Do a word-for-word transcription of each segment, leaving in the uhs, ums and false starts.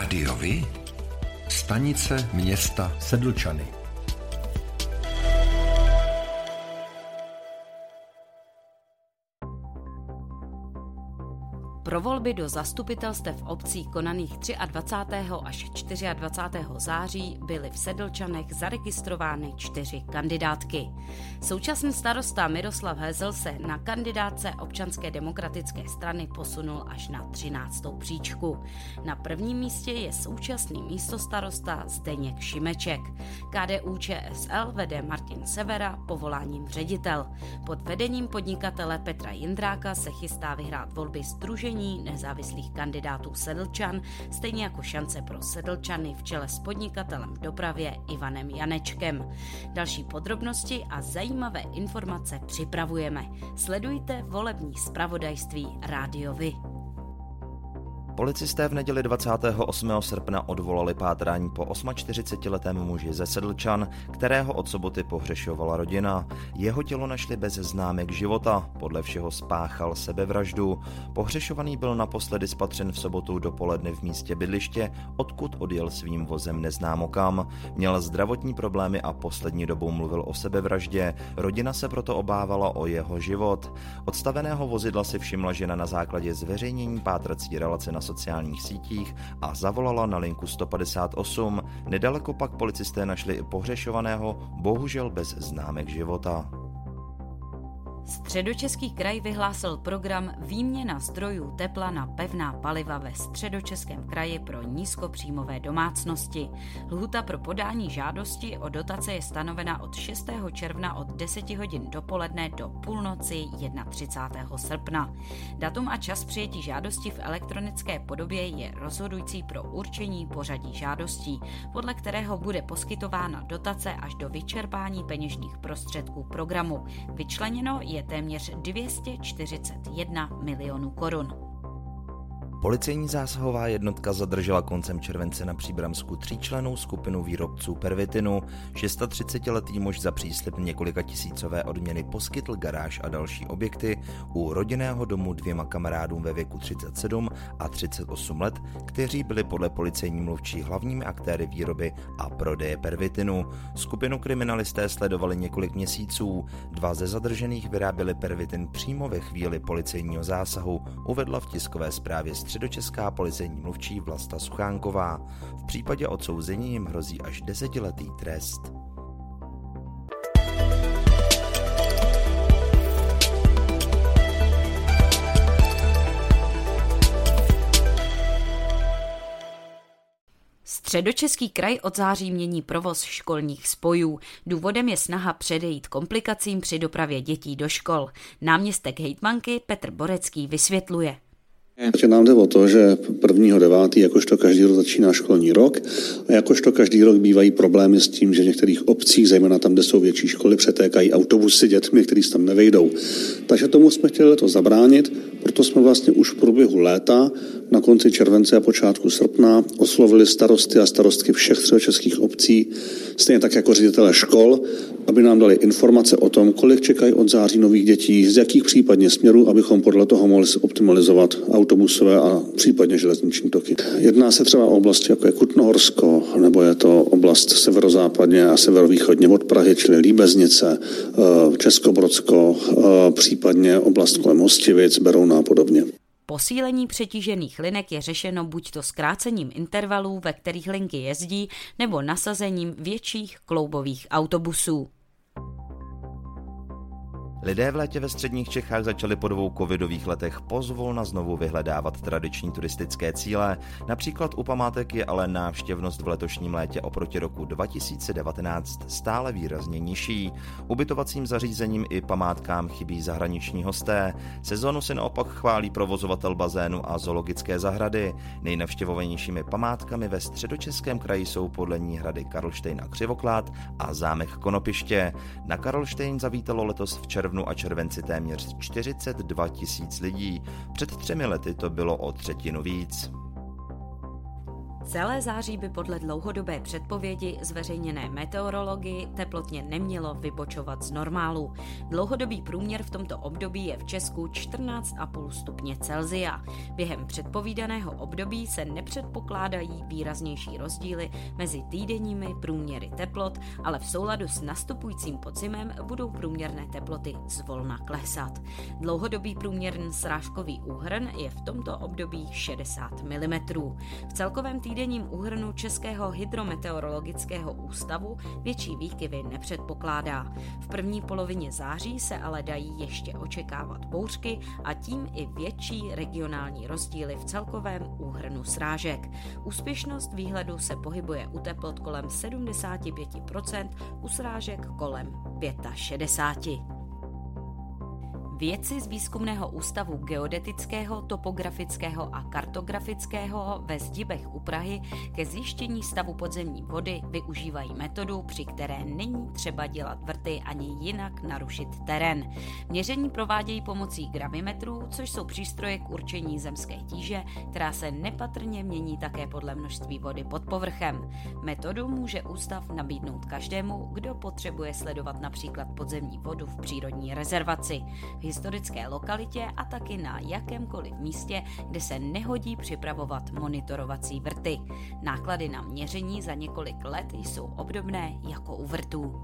Rádiovi? Stanice města Sedlčany. Pro volby do zastupitelstev obcí konaných dvacátého třetího až dvacátého čtvrtého září byly v Sedlčanech zaregistrovány čtyři kandidátky. Současný starosta Miroslav Hezel se na kandidátce Občanské demokratické strany posunul až na třináctou příčku. Na prvním místě je současný místostarosta Zdeněk Šimeček. K D U Č S L vede Martin Severa, povoláním ředitel. Pod vedením podnikatele Petra Jindráka se chystá vyhrát volby sdružení nezávislých kandidátů Sedlčan, stejně jako šance pro Sedlčany v čele s podnikatelem v dopravě Ivanem Janečkem. Další podrobnosti a zajímavé informace připravujeme. Sledujte volební zpravodajství Rádiovi. Policisté v neděli dvacátého osmého srpna odvolali pátrání po čtyřicetiosmiletém muži ze Sedlčan, kterého od soboty pohřešovala rodina. Jeho tělo našli bez známek života, podle všeho spáchal sebevraždu. Pohřešovaný byl naposledy spatřen v sobotu dopoledne v místě bydliště, odkud odjel svým vozem neznámo kam. Měl zdravotní problémy a poslední dobou mluvil o sebevraždě. Rodina se proto obávala o jeho život. Odstaveného vozidla si všimla žena na základě zveřejnění pátrací relace na sociálních sítích a zavolala na linku sto padesát osm. Nedaleko pak policisté našli i pohřešovaného, bohužel bez známek života. Středočeský kraj vyhlásil program Výměna zdrojů tepla na pevná paliva ve Středočeském kraji pro nízkopříjmové domácnosti. Lhůta pro podání žádosti o dotace je stanovena od šestého června od deseti hodin dopoledne do půlnoci třicátého prvního srpna. Datum a čas přijetí žádosti v elektronické podobě je rozhodující pro určení pořadí žádostí, podle kterého bude poskytována dotace až do vyčerpání peněžních prostředků programu. Vyčleněno je je téměř dvě stě čtyřicet jedna milionů korun. Policejní zásahová jednotka zadržela koncem července na Příbramsku tříčlennou skupinu výrobců pervitinu. třicetišestiletý muž za příslib několika tisícové odměny poskytl garáž a další objekty u rodinného domu dvěma kamarádům ve věku třicet sedm a třicet osm let, kteří byli podle policejní mluvčí hlavními aktéry výroby a prodeje pervitinu. Skupinu kriminalisté sledovali několik měsíců. Dva ze zadržených vyráběli pervitin přímo ve chvíli policejního zásahu, uvedla v tiskové zprávě středočeská policejní mluvčí Vlasta Suchánková. V případě odsouzení jim hrozí až desetiletý trest. Středočeský kraj od září mění provoz školních spojů. Důvodem je snaha předejít komplikacím při dopravě dětí do škol. Náměstek hejtmanky Petr Borecký vysvětluje. Takže nám jde o to, že prvního devátého jakožto každý rok začíná školní rok a jakožto každý rok bývají problémy s tím, že v některých obcích, zejména tam, kde jsou větší školy, přetékají autobusy dětmi, kteří se tam nevejdou. Takže tomu jsme chtěli to zabránit, proto jsme vlastně už v průběhu léta, na konci července a počátku srpna oslovili starosty a starostky všech středočeských obcí, stejně tak jako ředitele škol, aby nám dali informace o tom, kolik čekají od září nových dětí, z jakých případně směrů, abychom podle toho mohli optimalizovat autobusové a případně železniční toky. Jedná se třeba o oblasti, jako je Kutnohorsko, nebo je to oblast severozápadně a severovýchodně od Prahy, čili Líbeznice, Českobrodsko, případně oblast kolem Hostivic, Berouna a podobně. Posílení přetížených linek je řešeno buď to zkrácením intervalů, ve kterých linky jezdí, nebo nasazením větších kloubových autobusů. Lidé v létě ve středních Čechách začali po dvou covidových letech pozvolna znovu vyhledávat tradiční turistické cíle. Například u památek je ale návštěvnost v letošním létě oproti roku dva tisíce devatenáct stále výrazně nižší. Ubytovacím zařízením i památkám chybí zahraniční hosté. Sezonu se naopak chválí provozovatel bazénu a zoologické zahrady. Nejnavštěvovanějšími památkami ve Středočeském kraji jsou podle ní hrady Karlštejn a Křivoklát a zámek Konopiště. Na Karlštejn zavítalo letos v červnu a červenci téměř čtyřicet dva tisíc lidí. Před třemi lety to bylo o třetinu víc. Celé září by podle dlouhodobé předpovědi zveřejněné meteorologii teplotně nemělo vybočovat z normálu. Dlouhodobý průměr v tomto období je v Česku čtrnáct celá pět stupně Celsia. Během předpovídaného období se nepředpokládají výraznější rozdíly mezi týdenními průměry teplot, ale v souladu s nastupujícím podzimem budou průměrné teploty zvolna klesat. Dlouhodobý průměrný srážkový úhrn je v tomto období šedesát milimetrů. V celkovém týdenním úhrnu Českého hydrometeorologického ústavu větší výkyvy nepředpokládá. V první polovině září se ale dají ještě očekávat bouřky a tím i větší regionální rozdíly v celkovém úhrnu srážek. Úspěšnost výhledu se pohybuje u teplot kolem sedmdesát pět procent, u srážek kolem šedesát pět procent. Vědci z Výzkumného ústavu geodetického, topografického a kartografického ve Zdibech u Prahy ke zjištění stavu podzemní vody využívají metodu, při které není třeba dělat vrty ani jinak narušit terén. Měření provádějí pomocí gravimetrů, což jsou přístroje k určení zemské tíže, která se nepatrně mění také podle množství vody pod povrchem. Metodu může ústav nabídnout každému, kdo potřebuje sledovat například podzemní vodu v přírodní rezervaci, v historické lokalitě a taky na jakémkoliv místě, kde se nehodí připravovat monitorovací vrty. Náklady na měření za několik let jsou obdobné jako u vrtů.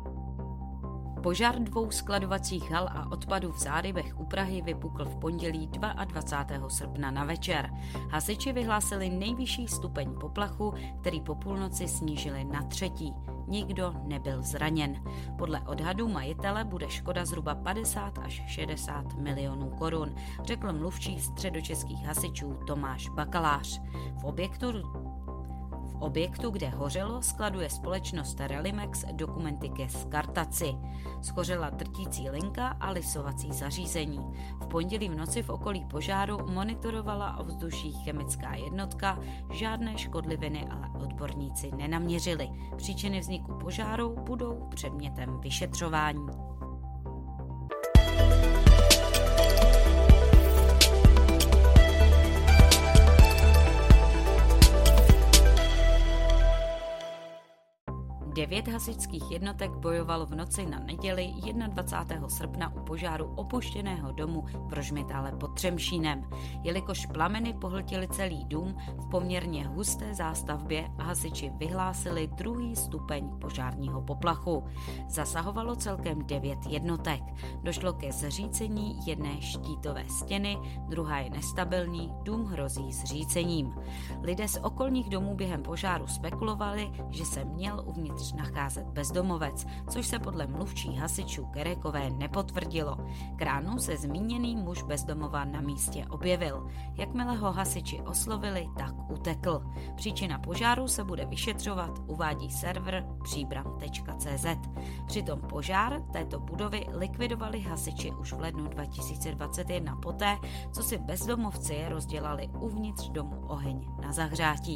Požár dvou skladovacích hal a odpadu v Zádybech u Prahy vypukl v pondělí dvacátého druhého srpna na večer. Hasiči vyhlásili nejvyšší stupeň poplachu, který po půlnoci snížili na třetí. Nikdo nebyl zraněn. Podle odhadu majitele bude škoda zhruba padesát až šedesát milionů korun, řekl mluvčí středočeských hasičů Tomáš Bakalář. V objektu V objektu, kde hořelo, skladuje společnost Relimex dokumenty ke skartaci. Schořela drtící linka a lisovací zařízení. V pondělí v noci v okolí požáru monitorovala ovzduší chemická jednotka, žádné škodliviny ale odborníci nenaměřili. Příčiny vzniku požáru budou předmětem vyšetřování. Devět hasičských jednotek bojovalo v noci na neděli dvacátého prvního srpna u požáru opuštěného domu v Rožmitále pod Třemšínem. Jelikož plameny pohltily celý dům v poměrně husté zástavbě, hasiči vyhlásili druhý stupeň požárního poplachu. Zasahovalo celkem devět jednotek. Došlo ke zřícení jedné štítové stěny, druhá je nestabilní, dům hrozí zřícením. Lidé z okolních domů během požáru spekulovali, že se měl uvnitř nacházet bezdomovec, což se podle mluvčí hasičů Kerekové nepotvrdilo. K ránu se zmíněný muž bezdomova na místě objevil. Jakmile ho hasiči oslovili, tak utekl. Příčina požáru se bude vyšetřovat, uvádí server příbram tečka cé zet. Přitom požár této budovy likvidovali hasiči už v lednu dva tisíce dvacet jedna poté, co si bezdomovci rozdělali uvnitř domu oheň na zahřátí.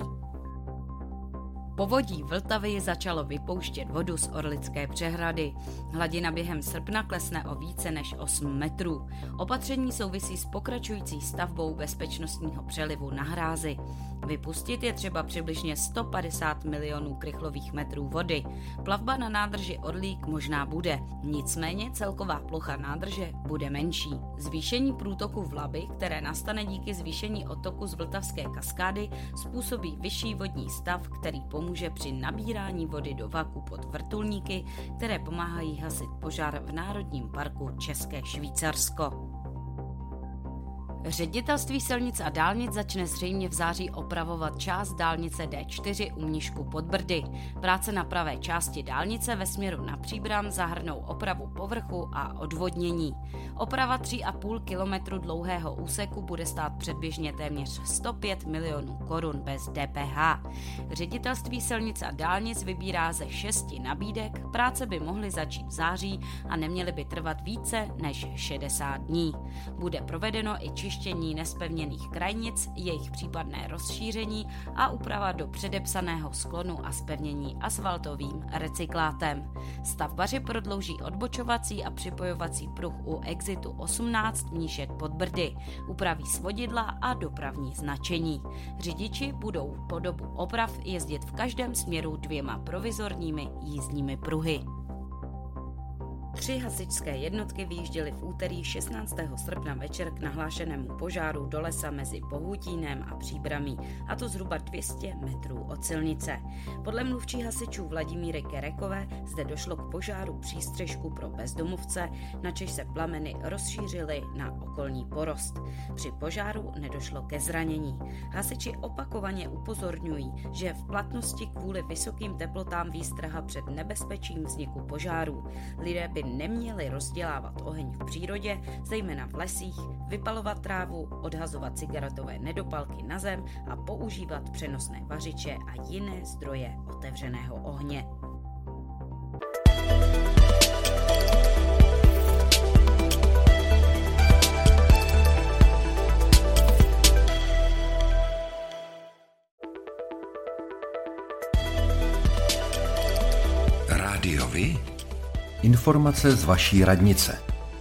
Povodí Vltavy začalo vypouštět vodu z Orlické přehrady. Hladina během srpna klesne o více než osm metrů. Opatření souvisí s pokračující stavbou bezpečnostního přelivu na hrázi. Vypustit je třeba přibližně sto padesát milionů krychlových metrů vody. Plavba na nádrži Orlík možná bude, nicméně celková plocha nádrže bude menší. Zvýšení průtoku Vltavy, které nastane díky zvýšení odtoku z Vltavské kaskády, způsobí vyšší vodní stav, který pomůže při nabírání vody do vaku pod vrtulníky, které pomáhají hasit požár v Národním parku České Švýcarsko. Ředitelství silnic a dálnic začne zřejmě v září opravovat část dálnice dé čtyři u Mnišku pod Brdy. Práce na pravé části dálnice ve směru na Příbram zahrnou opravu povrchu a odvodnění. Oprava tři a půl kilometru dlouhého úseku bude stát předběžně téměř sto pět milionů korun bez dé pé há. Ředitelství silnic a dálnic vybírá ze šesti nabídek, práce by mohly začít v září a neměly by trvat více než šedesát dní. Bude provedeno i čištění roztříštění nespevněných krajnic, jejich případné rozšíření a úprava do předepsaného sklonu a zpevnění asfaltovým recyklátem. Stavbaři prodlouží odbočovací a připojovací pruh u exitu osmnáct Mníšek pod Brdy, upraví svodidla a dopravní značení. Řidiči budou po dobu oprav jezdit v každém směru dvěma provizorními jízdními pruhy. Tři hasičské jednotky vyjížděly v úterý šestnáctého srpna večer k nahlášenému požáru do lesa mezi Bohutínem a Příbramí, a to zhruba dvě stě metrů od silnice. Podle mluvčí hasičů Vladimíry Kerekové zde došlo k požáru přístřešku pro bezdomovce, načež se plameny rozšířily na okolní porost. Při požáru nedošlo ke zranění. Hasiči opakovaně upozorňují, že v platnosti kvůli vysokým teplotám výstraha před nebezpečím vzniku požárů. Lidé by neměli rozdělávat oheň v přírodě, zejména v lesích, vypalovat trávu, odhazovat cigaretové nedopalky na zem a používat přenosné vařiče a jiné zdroje otevřeného ohně. Rádiovi? Informace z vaší radnice.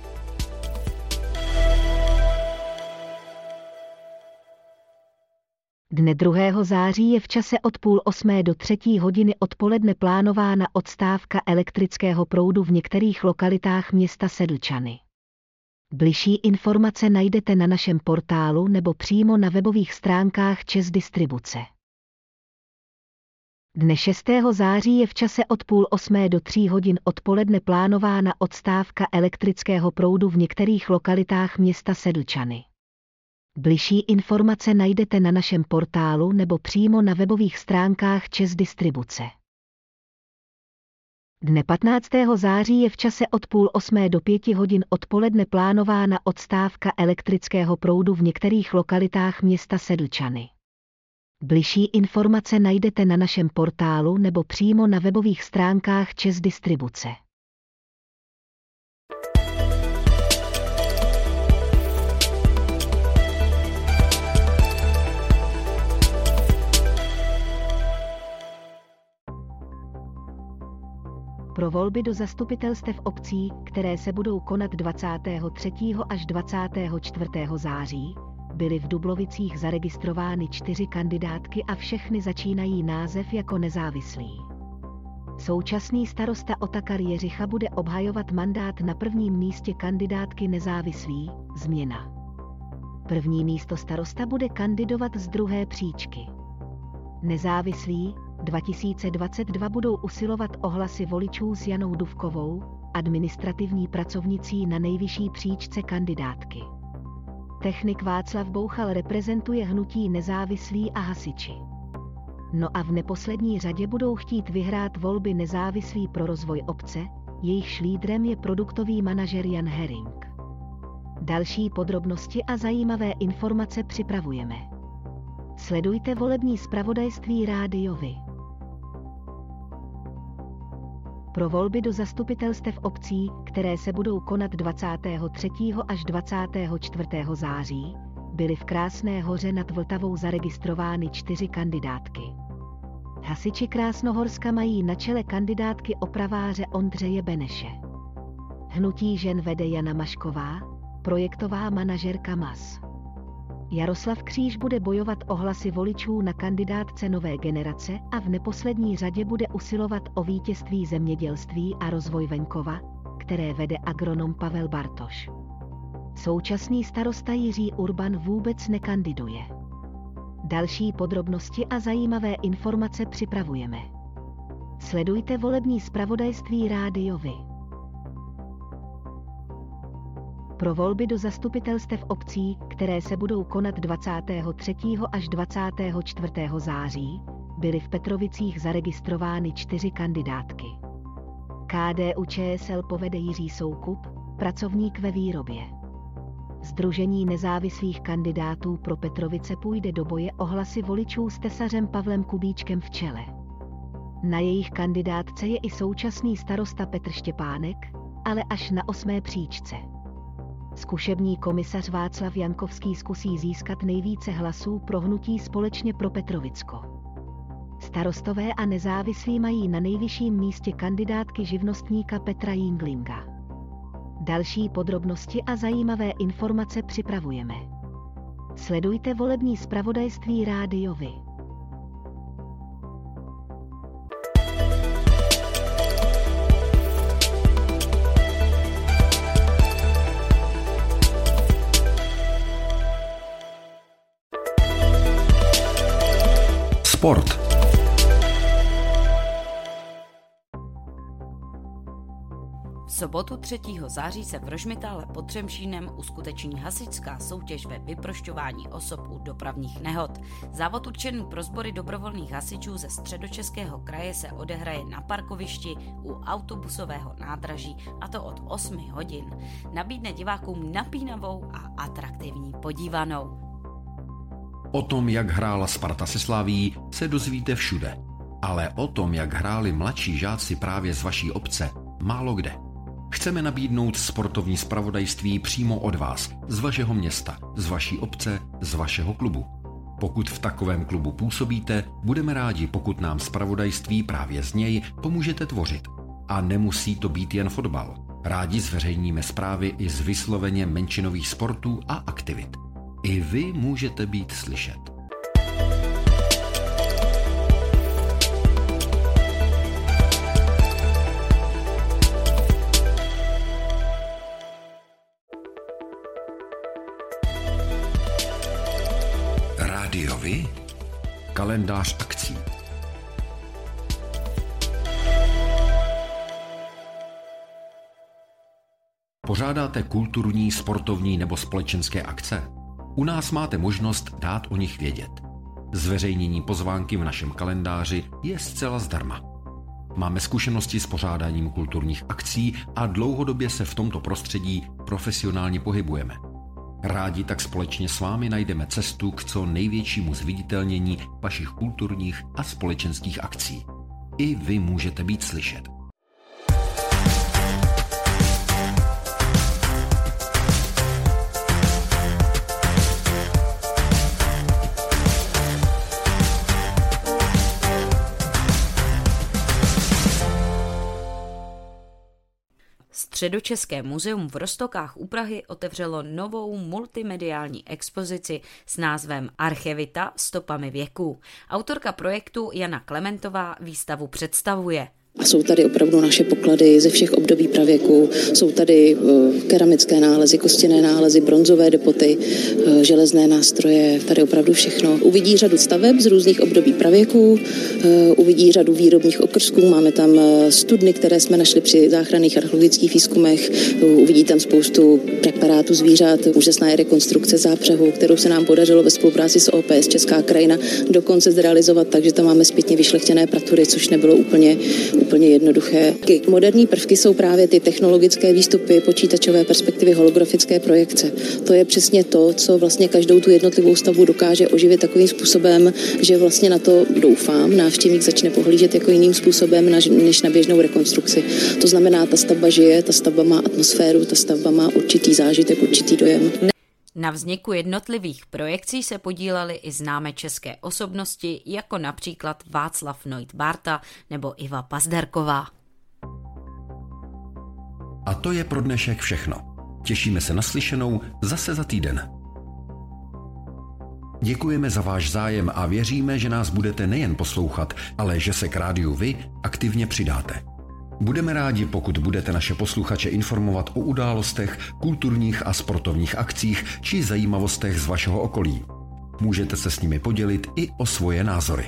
Dne druhého září je v čase od půl osmé do třetí hodiny odpoledne plánována odstávka elektrického proudu v některých lokalitách města Sedlčany. Bližší informace najdete na našem portálu nebo přímo na webových stránkách ČEZ Distribuce. Dne šestého září je v čase od půl osmé do tří hodin odpoledne plánována odstávka elektrického proudu v některých lokalitách města Sedlčany. Bližší informace najdete na našem portálu nebo přímo na webových stránkách ČEZ Distribuce. Dne patnáctého září je v čase od půl osmé do pěti hodin odpoledne plánována odstávka elektrického proudu v některých lokalitách města Sedlčany. Bližší informace najdete na našem portálu nebo přímo na webových stránkách ČEZ Distribuce. Pro volby do zastupitelstev obcí, které se budou konat dvacátého třetího až dvacátého čtvrtého září, byly v Dublovicích zaregistrovány čtyři kandidátky a všechny začínají název jako nezávislý. Současný starosta Otakar Jeřicha bude obhajovat mandát na prvním místě kandidátky nezávislý, Změna. První místo starosta bude kandidovat z druhé příčky. Nezávislí dva tisíce dvacet dva budou usilovat o hlasy voličů s Janou Dufkovou, administrativní pracovnicí na nejvyšší příčce kandidátky. Technik Václav Bouchal reprezentuje hnutí Nezávislí a hasiči. No a v neposlední řadě budou chtít vyhrát volby Nezávislí pro rozvoj obce, jejichž lídrem je produktový manažer Jan Herring. Další podrobnosti a zajímavé informace připravujeme. Sledujte volební zpravodajství Rádiovi. Pro volby do zastupitelstev obcí, které se budou konat dvacátého třetího až dvacátého čtvrtého září, byly v Krásné Hoře nad Vltavou zaregistrovány čtyři kandidátky. Hasiči Krásnohorska mají na čele kandidátky opraváře Ondřeje Beneše. Hnutí žen vede Jana Mašková, projektová manažerka M A S. Jaroslav Kříž bude bojovat o hlasy voličů na kandidátce Nové generace a v neposlední řadě bude usilovat o vítězství zemědělství a rozvoj venkova, které vede agronom Pavel Bartoš. Současný starosta Jiří Urban vůbec nekandiduje. Další podrobnosti a zajímavé informace připravujeme. Sledujte volební zpravodajství Rádiovi. Pro volby do zastupitelstev obcí, které se budou konat dvacátého třetího až dvacátého čtvrtého září, byly v Petrovicích zaregistrovány čtyři kandidátky. K D U Č S L povede Jiří Soukup, pracovník ve výrobě. Sdružení nezávislých kandidátů pro Petrovice půjde do boje o hlasy voličů s tesařem Pavlem Kubíčkem v čele. Na jejich kandidátce je i současný starosta Petr Štěpánek, ale až na osmé příčce. Zkušební komisař Václav Jankovský zkusí získat nejvíce hlasů pro hnutí Společně pro Petrovicko. Starostové a nezávislí mají na nejvyšším místě kandidátky živnostníka Petra Jinglinga. Další podrobnosti a zajímavé informace připravujeme. Sledujte volební zpravodajství Rádio Vy. Sport. V sobotu třetího září se v Rožmitále pod Třemšínem uskuteční hasičská soutěž ve vyprošťování osob u dopravních nehod. Závod určený pro sbory dobrovolných hasičů ze Středočeského kraje se odehraje na parkovišti u autobusového nádraží, a to od osmi hodin. Nabídne divákům napínavou a atraktivní podívanou. O tom, jak hrála Sparta se Slavií, se dozvíte všude. Ale o tom, jak hráli mladší žáci právě z vaší obce, málo kde. Chceme nabídnout sportovní zpravodajství přímo od vás, z vašeho města, z vaší obce, z vašeho klubu. Pokud v takovém klubu působíte, budeme rádi, pokud nám zpravodajství právě z něj pomůžete tvořit. A nemusí to být jen fotbal. Rádi zveřejníme zprávy i z vysloveně menšinových sportů a aktivit. I vy můžete být slyšet. Rádio Vy, kalendář akcí. Pořádáte kulturní, sportovní nebo společenské akce? U nás máte možnost dát o nich vědět. Zveřejnění pozvánky v našem kalendáři je zcela zdarma. Máme zkušenosti s pořádáním kulturních akcí a dlouhodobě se v tomto prostředí profesionálně pohybujeme. Rádi tak společně s vámi najdeme cestu k co největšímu zviditelnění vašich kulturních a společenských akcí. I vy můžete být slyšet. Středočeské muzeum v Roztokách u Prahy otevřelo novou multimediální expozici s názvem Archevita stopami věků. Autorka projektu Jana Klementová výstavu představuje. A jsou tady opravdu naše poklady ze všech období pravěku, jsou tady keramické nálezy, kostěné nálezy, bronzové depoty, železné nástroje, tady opravdu všechno. Uvidí řadu staveb z různých období pravěku, uvidí řadu výrobních okrsků, máme tam studny, které jsme našli při záchranných archeologických výzkumech, uvidí tam spoustu preparátů zvířat, úžasná je rekonstrukce zápřehu, kterou se nám podařilo ve spolupráci s O P S Česká krajina dokonce zrealizovat, takže tam máme zpětně vyšlechtěné pratury, což nebylo úplně úplně jednoduché. Moderní prvky jsou právě ty technologické výstupy, počítačové perspektivy, holografické projekce. To je přesně to, co vlastně každou tu jednotlivou stavbu dokáže oživit takovým způsobem, že vlastně na to, doufám, návštěvník začne pohlížet jako jiným způsobem než na běžnou rekonstrukci. To znamená, ta stavba žije, ta stavba má atmosféru, ta stavba má určitý zážitek, určitý dojem. Na vzniku jednotlivých projekcí se podílely i známé české osobnosti, jako například Václav Noit Bárta nebo Iva Pazderková. A to je pro dnešek všechno. Těšíme se na slyšenou zase za týden. Děkujeme za váš zájem a věříme, že nás budete nejen poslouchat, ale že se k Rádiu Vy aktivně přidáte. Budeme rádi, pokud budete naše posluchače informovat o událostech, kulturních a sportovních akcích či zajímavostech z vašeho okolí. Můžete se s nimi podělit i o svoje názory.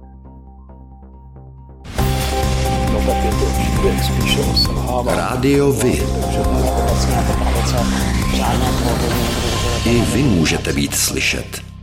Rádio Vy. I vy můžete být slyšet.